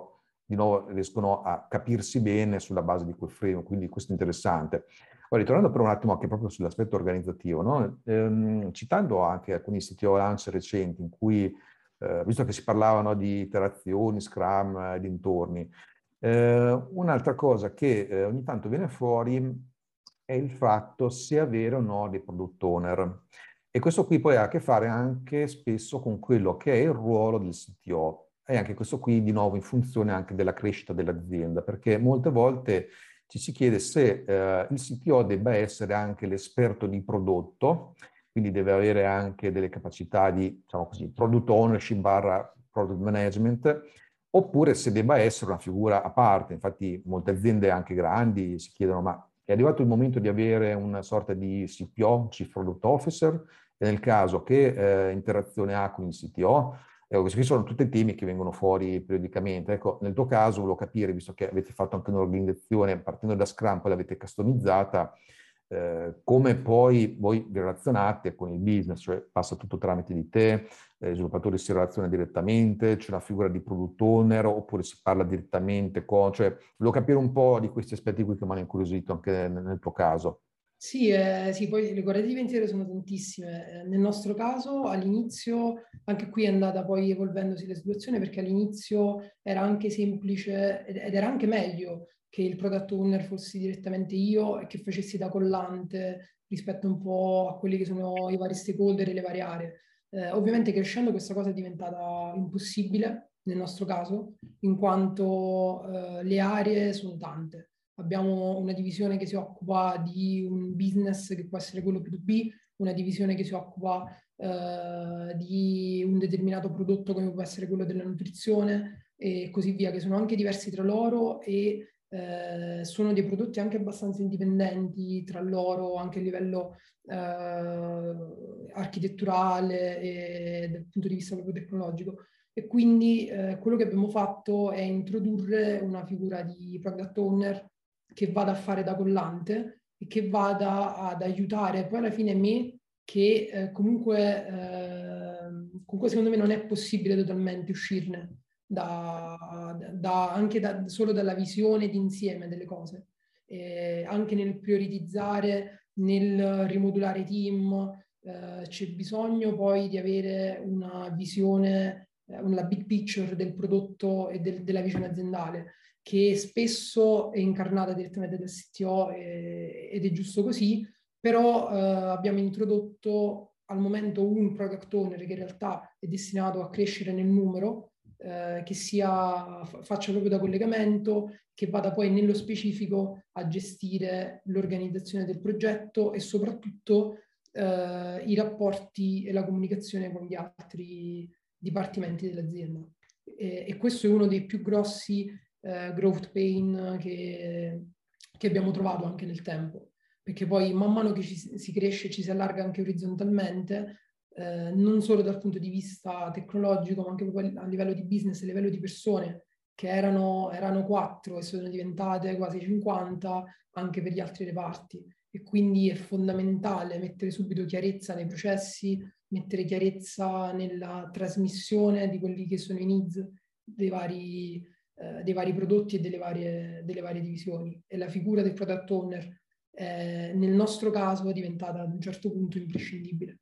di nuovo riescono a capirsi bene sulla base di quel framework, quindi questo è interessante. Poi ritornando per un attimo anche proprio sull'aspetto organizzativo, no? Ehm, citando anche alcuni C T O Lunch recenti in cui, eh, visto che si parlavano di iterazioni, Scrum e eh, dintorni, eh, un'altra cosa che eh, ogni tanto viene fuori è il fatto se avere o no dei product owner. E questo qui poi ha a che fare anche spesso con quello che è il ruolo del C T O. E anche questo qui di nuovo in funzione anche della crescita dell'azienda, perché molte volte ci si chiede se eh, il C T O debba essere anche l'esperto di prodotto, quindi deve avere anche delle capacità di, diciamo così, product ownership barra product management, oppure se debba essere una figura a parte. Infatti molte aziende anche grandi si chiedono, ma è arrivato il momento di avere una sorta di C P O, Chief Product Officer, e nel caso che eh, interazione ha con il C T O? Ecco, questi sono tutti temi che vengono fuori periodicamente. Ecco, nel tuo caso volevo capire, visto che avete fatto anche un'organizzazione partendo da Scrum, poi l'avete customizzata, eh, come poi voi vi relazionate con il business, cioè passa tutto tramite di te, eh, i sviluppatori si relazionano direttamente, c'è una figura di product owner oppure si parla direttamente con... Cioè, volevo capire un po' di questi aspetti qui che mi hanno incuriosito anche nel, nel tuo caso. Sì, eh, sì, poi le correnti di pensiero sono tantissime. Eh, nel nostro caso, all'inizio, anche qui è andata poi evolvendosi la situazione, perché all'inizio era anche semplice ed, ed era anche meglio che il product owner fossi direttamente io e che facessi da collante rispetto un po' a quelli che sono i vari stakeholder e le varie aree. Eh, ovviamente crescendo questa cosa è diventata impossibile nel nostro caso, in quanto eh, le aree sono tante. Abbiamo una divisione che si occupa di un business che può essere quello P due P, una divisione che si occupa eh, di un determinato prodotto come può essere quello della nutrizione e così via, che sono anche diversi tra loro e eh, sono dei prodotti anche abbastanza indipendenti tra loro, anche a livello eh, architetturale e dal punto di vista proprio tecnologico. E quindi eh, quello che abbiamo fatto è introdurre una figura di product owner che vada a fare da collante e che vada ad aiutare poi alla fine me che eh, comunque, eh, comunque secondo me non è possibile totalmente uscirne da, da, anche da, solo dalla visione d'insieme delle cose, eh, anche nel prioritizzare, nel rimodulare team, eh, c'è bisogno poi di avere una visione, eh, una big picture del prodotto e del, della visione aziendale, che spesso è incarnata direttamente dal C T O e, ed è giusto così, però eh, abbiamo introdotto al momento un product owner che in realtà è destinato a crescere nel numero, eh, che sia, faccia proprio da collegamento, che vada poi nello specifico a gestire l'organizzazione del progetto e soprattutto eh, i rapporti e la comunicazione con gli altri dipartimenti dell'azienda. E, e questo è uno dei più grossi eh, growth pain che, che abbiamo trovato anche nel tempo, perché poi man mano che ci, si cresce, ci si allarga anche orizzontalmente, eh, non solo dal punto di vista tecnologico, ma anche proprio a livello di business, a livello di persone, che erano, erano quattro e sono diventate quasi cinquanta anche per gli altri reparti. E quindi è fondamentale mettere subito chiarezza nei processi, mettere chiarezza nella trasmissione di quelli che sono i needs dei vari, eh, dei vari prodotti e delle varie, delle varie divisioni. E la figura del product owner eh, nel nostro caso è diventata ad un certo punto imprescindibile.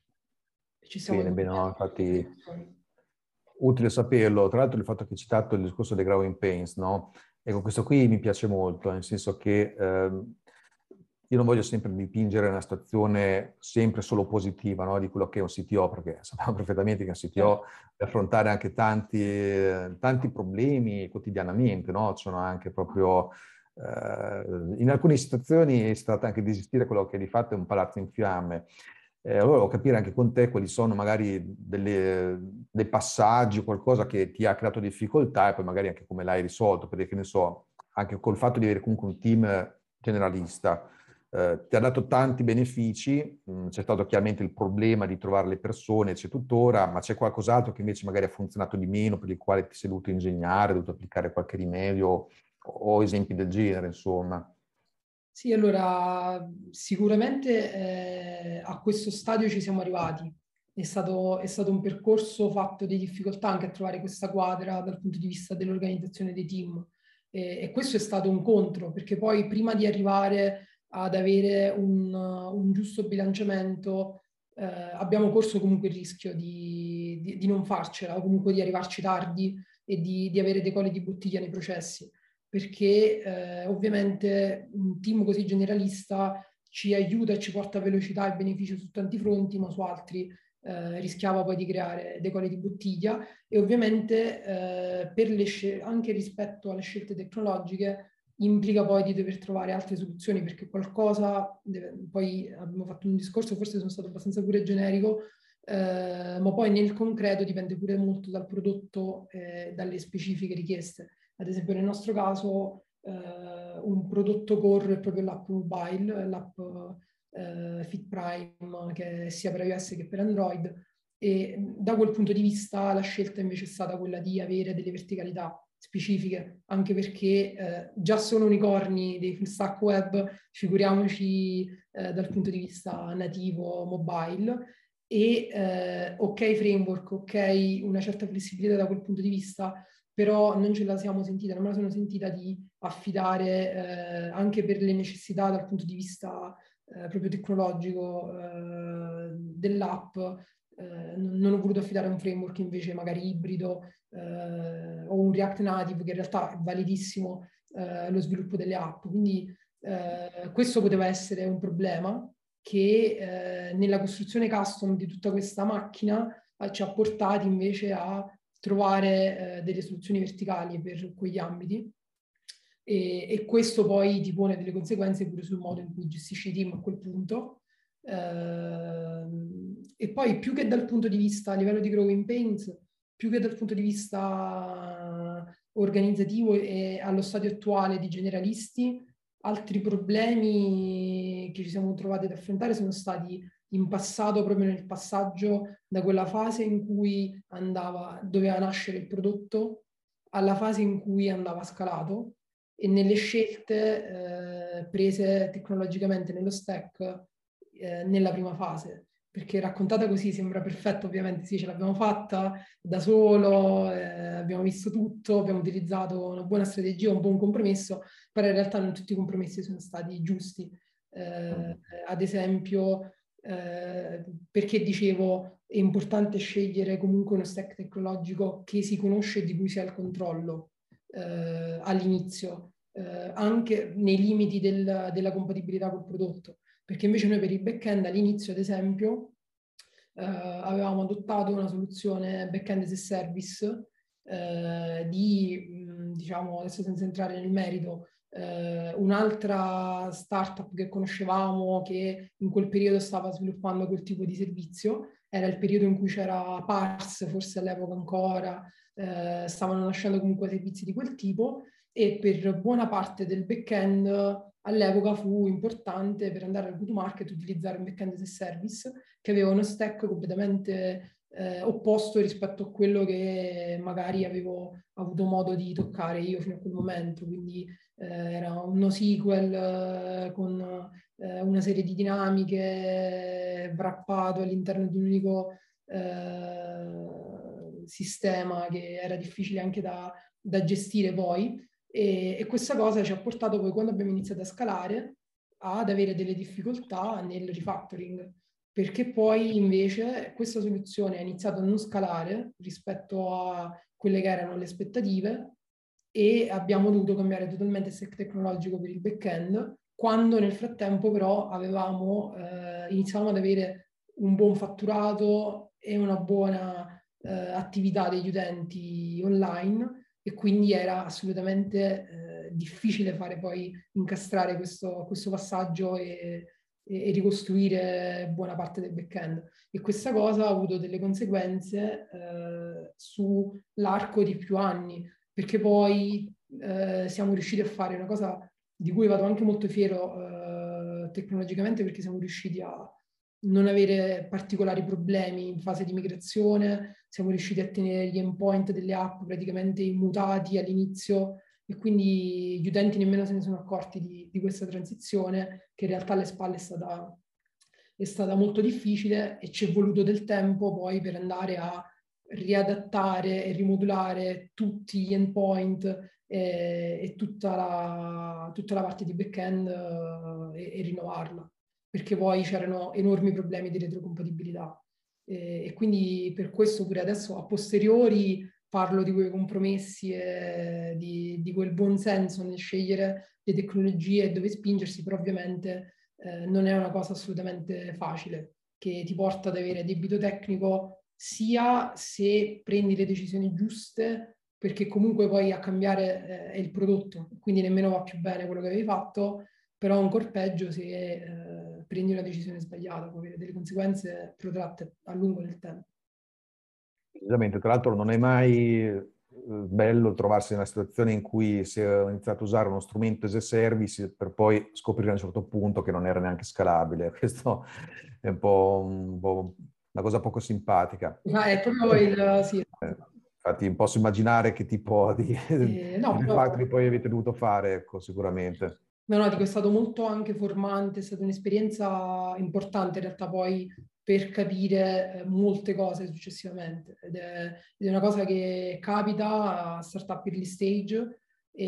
Ci stiamo Bene, bene, no, infatti utile saperlo. Tra l'altro il fatto che hai citato il discorso dei growing pains, no? Ecco, questo qui mi piace molto, nel senso che ehm, io non voglio sempre dipingere una situazione sempre solo positiva, no? Di quello che è un C T O, perché sappiamo perfettamente che un C T O deve affrontare anche tanti, tanti problemi quotidianamente, no? Ci sono anche proprio... Uh, in alcune situazioni si tratta anche di gestire quello che di fatto è un palazzo in fiamme. Eh, allora volevo capire anche con te quali sono magari delle, dei passaggi o qualcosa che ti ha creato difficoltà e poi magari anche come l'hai risolto, perché che ne so, anche col fatto di avere comunque un team generalista, eh, ti ha dato tanti benefici, mh, c'è stato chiaramente il problema di trovare le persone, c'è tuttora, ma c'è qualcos'altro che invece magari ha funzionato di meno, per il quale ti sei dovuto ingegnare, hai dovuto applicare qualche rimedio o esempi del genere, insomma. Sì, allora sicuramente eh, a questo stadio ci siamo arrivati, è stato, è stato un percorso fatto di difficoltà anche a trovare questa quadra dal punto di vista dell'organizzazione dei team. E, e questo è stato un contro, perché poi prima di arrivare ad avere un, un giusto bilanciamento, eh, abbiamo corso comunque il rischio di, di, di non farcela, o comunque di arrivarci tardi e di, di avere dei colli di bottiglia nei processi, perché eh, ovviamente un team così generalista ci aiuta e ci porta a velocità e beneficio su tanti fronti, ma su altri eh, rischiava poi di creare dei colli di bottiglia. E ovviamente eh, per le scel- anche rispetto alle scelte tecnologiche implica poi di dover trovare altre soluzioni, perché qualcosa, deve, poi abbiamo fatto un discorso, forse sono stato abbastanza pure generico, eh, ma poi nel concreto dipende pure molto dal prodotto e eh, dalle specifiche richieste. Ad esempio nel nostro caso eh, un prodotto core è proprio l'app mobile, l'app eh, Fit Prime, che è sia per iOS che per Android, e da quel punto di vista la scelta invece è stata quella di avere delle verticalità specifiche, anche perché eh, già sono unicorni dei full stack web, figuriamoci eh, dal punto di vista nativo mobile. E eh, ok framework, ok una certa flessibilità da quel punto di vista, però non ce la siamo sentita, non me la sono sentita di affidare eh, anche per le necessità dal punto di vista eh, proprio tecnologico eh, dell'app. Eh, non, non ho voluto affidare a un framework invece magari ibrido eh, o un React Native che in realtà è validissimo eh, lo sviluppo delle app. Quindi eh, questo poteva essere un problema che eh, nella costruzione custom di tutta questa macchina eh, ci ha portati invece a trovare eh, delle soluzioni verticali per quegli ambiti. E, e questo poi ti pone delle conseguenze pure sul modo in cui gestisci i team a quel punto. Eh, e poi più che dal punto di vista a livello di growing pains, più che dal punto di vista organizzativo e allo stadio attuale di generalisti, altri problemi che ci siamo trovati ad affrontare sono stati in passato, proprio nel passaggio da quella fase in cui andava, doveva nascere il prodotto alla fase in cui andava scalato, e nelle scelte eh, prese tecnologicamente nello stack eh, nella prima fase. Perché raccontata così sembra perfetto, ovviamente sì, ce l'abbiamo fatta da solo, eh, abbiamo visto tutto, abbiamo utilizzato una buona strategia, un buon compromesso, però in realtà non tutti i compromessi sono stati giusti. Eh, ad esempio, eh, perché dicevo è importante scegliere comunque uno stack tecnologico che si conosce e di cui si ha il controllo eh, all'inizio, eh, anche nei limiti del, della compatibilità col prodotto, perché invece noi per il back-end all'inizio, ad esempio, eh, avevamo adottato una soluzione back-end as a service eh, di, mh, diciamo, adesso senza entrare nel merito, eh, un'altra startup che conoscevamo che in quel periodo stava sviluppando quel tipo di servizio. Era il periodo in cui c'era Parse, forse all'epoca ancora, eh, stavano nascendo comunque servizi di quel tipo, e per buona parte del back-end all'epoca fu importante per andare al go-to-market utilizzare un back-end as a service che aveva uno stack completamente eh, opposto rispetto a quello che magari avevo avuto modo di toccare io fino a quel momento. Quindi eh, era un NoSQL eh, con eh, una serie di dinamiche wrappato all'interno di un unico eh, sistema che era difficile anche da, da gestire poi. E, e questa cosa ci ha portato poi, quando abbiamo iniziato a scalare, ad avere delle difficoltà nel refactoring, perché poi invece questa soluzione ha iniziato a non scalare rispetto a quelle che erano le aspettative, e abbiamo dovuto cambiare totalmente il stack tecnologico per il back-end, quando nel frattempo però avevamo, eh, iniziavamo ad avere un buon fatturato e una buona eh, attività degli utenti online, e quindi era assolutamente eh, difficile fare poi incastrare questo, questo passaggio e, e, e ricostruire buona parte del back-end. E questa cosa ha avuto delle conseguenze eh, sull'arco di più anni, perché poi eh, siamo riusciti a fare una cosa di cui vado anche molto fiero eh, tecnologicamente, perché siamo riusciti a non avere particolari problemi in fase di migrazione, siamo riusciti a tenere gli endpoint delle app praticamente immutati all'inizio, e quindi gli utenti nemmeno se ne sono accorti di, di questa transizione, che in realtà alle spalle è stata è stata molto difficile e ci è voluto del tempo poi per andare a riadattare e rimodulare tutti gli endpoint e, e tutta, la, tutta la parte di back-end eh, e, e rinnovarla, perché poi c'erano enormi problemi di retrocompatibilità. E, e quindi per questo pure adesso a posteriori parlo di quei compromessi e di, di quel buon senso nel scegliere le tecnologie e dove spingersi, però ovviamente eh, non è una cosa assolutamente facile, che ti porta ad avere debito tecnico sia se prendi le decisioni giuste, perché comunque poi a cambiare eh, è il prodotto, quindi nemmeno va più bene quello che avevi fatto, però ancora peggio se eh, prendi una decisione sbagliata, può avere delle conseguenze protratte a lungo nel tempo. Esattamente, tra l'altro non è mai eh, bello trovarsi in una situazione in cui si è iniziato a usare uno strumento as a service per poi scoprire a un certo punto che non era neanche scalabile. Questo è un po', un po' una cosa poco simpatica. Ah, è proprio il... Sì. Eh, infatti posso immaginare che tipo di, Eh, no, di però... refactoring poi avete dovuto fare, ecco, sicuramente. No, no, dico, è stato molto anche formante, è stata un'esperienza importante in realtà poi per capire eh, molte cose successivamente. Ed è, ed è una cosa che capita a startup early stage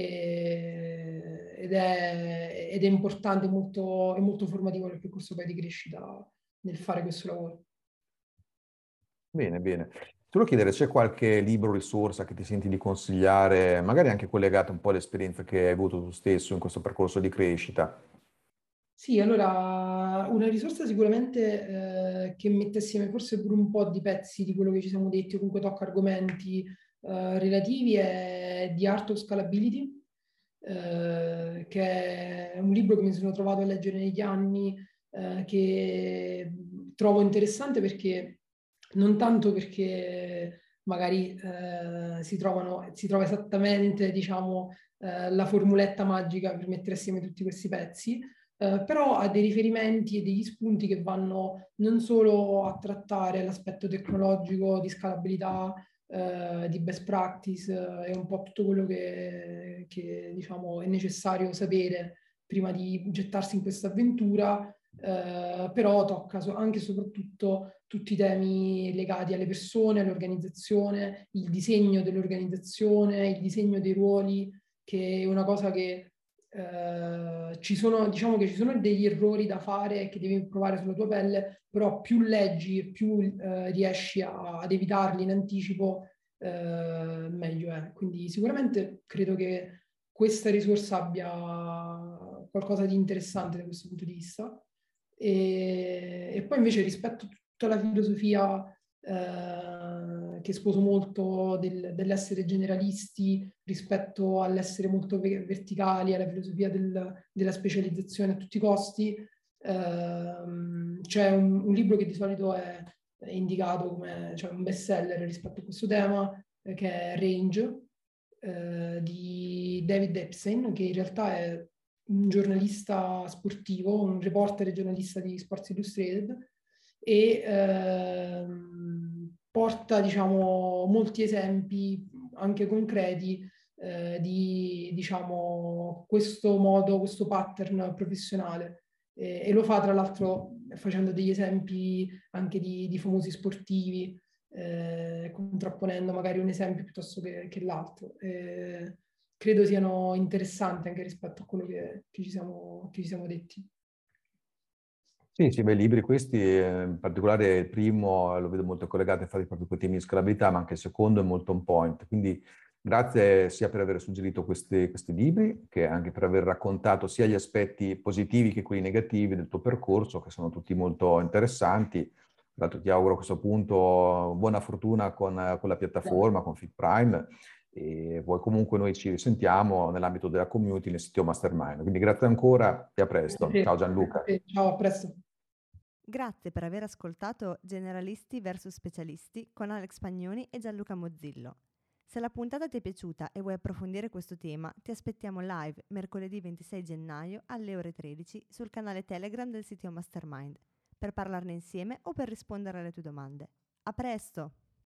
e- ed, è, ed è importante, molto, è molto formativo nel percorso poi di crescita nel fare questo lavoro. Bene, bene. Ti volevo chiedere, c'è qualche libro o risorsa che ti senti di consigliare, magari anche collegata un po' all'esperienza che hai avuto tu stesso in questo percorso di crescita? Sì, allora una risorsa sicuramente eh, che mette assieme forse pure un po' di pezzi di quello che ci siamo detti, o comunque tocca argomenti eh, relativi, è The Art of Scalability, eh, che è un libro che mi sono trovato a leggere negli anni, eh, che trovo interessante perché non tanto perché magari eh, si trovano, si trova esattamente, diciamo, eh, la formuletta magica per mettere assieme tutti questi pezzi, Uh, però ha dei riferimenti e degli spunti che vanno non solo a trattare l'aspetto tecnologico di scalabilità, uh, di best practice, uh, e un po' tutto quello che, che diciamo, è necessario sapere prima di gettarsi in questa avventura, uh, però tocca so- anche e soprattutto tutti i temi legati alle persone, all'organizzazione, il disegno dell'organizzazione, il disegno dei ruoli, che è una cosa che Uh, ci sono, diciamo che ci sono degli errori da fare che devi provare sulla tua pelle, però più leggi e più uh, riesci a, ad evitarli in anticipo, uh, meglio è. Quindi sicuramente credo che questa risorsa abbia qualcosa di interessante da questo punto di vista. E, e poi invece rispetto a tutta la filosofia eh, che sposo molto del, dell'essere generalisti rispetto all'essere molto ve- verticali, alla filosofia del, della specializzazione a tutti i costi. Ehm, c'è un, un libro che di solito è, è indicato come cioè un best seller rispetto a questo tema, eh, che è Range, eh, di David Epstein, che in realtà è un giornalista sportivo, un reporter e giornalista di Sports Illustrated, e ehm, porta, diciamo, molti esempi anche concreti eh, di, diciamo, questo modo, questo pattern professionale. E, e lo fa, tra l'altro, facendo degli esempi anche di, di famosi sportivi, eh, contrapponendo magari un esempio piuttosto che, che l'altro. E credo siano interessanti anche rispetto a quello che, che ci siamo, che ci siamo detti. Sì, sì, beh, i libri questi, eh, in particolare il primo eh, lo vedo molto collegato infatti proprio con i temi di scalabilità, ma anche il secondo è molto on point. Quindi grazie sia per aver suggerito questi, questi libri, che anche per aver raccontato sia gli aspetti positivi che quelli negativi del tuo percorso, che sono tutti molto interessanti. Tra l'altro ti auguro a questo punto buona fortuna con, con la piattaforma, con Fit Prime, e poi comunque noi ci risentiamo nell'ambito della community nel sito Mastermind. Quindi grazie ancora e a presto. Ciao Gianluca. Ciao, a presto. Grazie per aver ascoltato Generalisti versus Specialisti con Alex Pagnoni e Gianluca Mozzillo. Se la puntata ti è piaciuta e vuoi approfondire questo tema, ti aspettiamo live mercoledì ventisei gennaio alle ore tredici sul canale Telegram del sito Mastermind per parlarne insieme o per rispondere alle tue domande. A presto!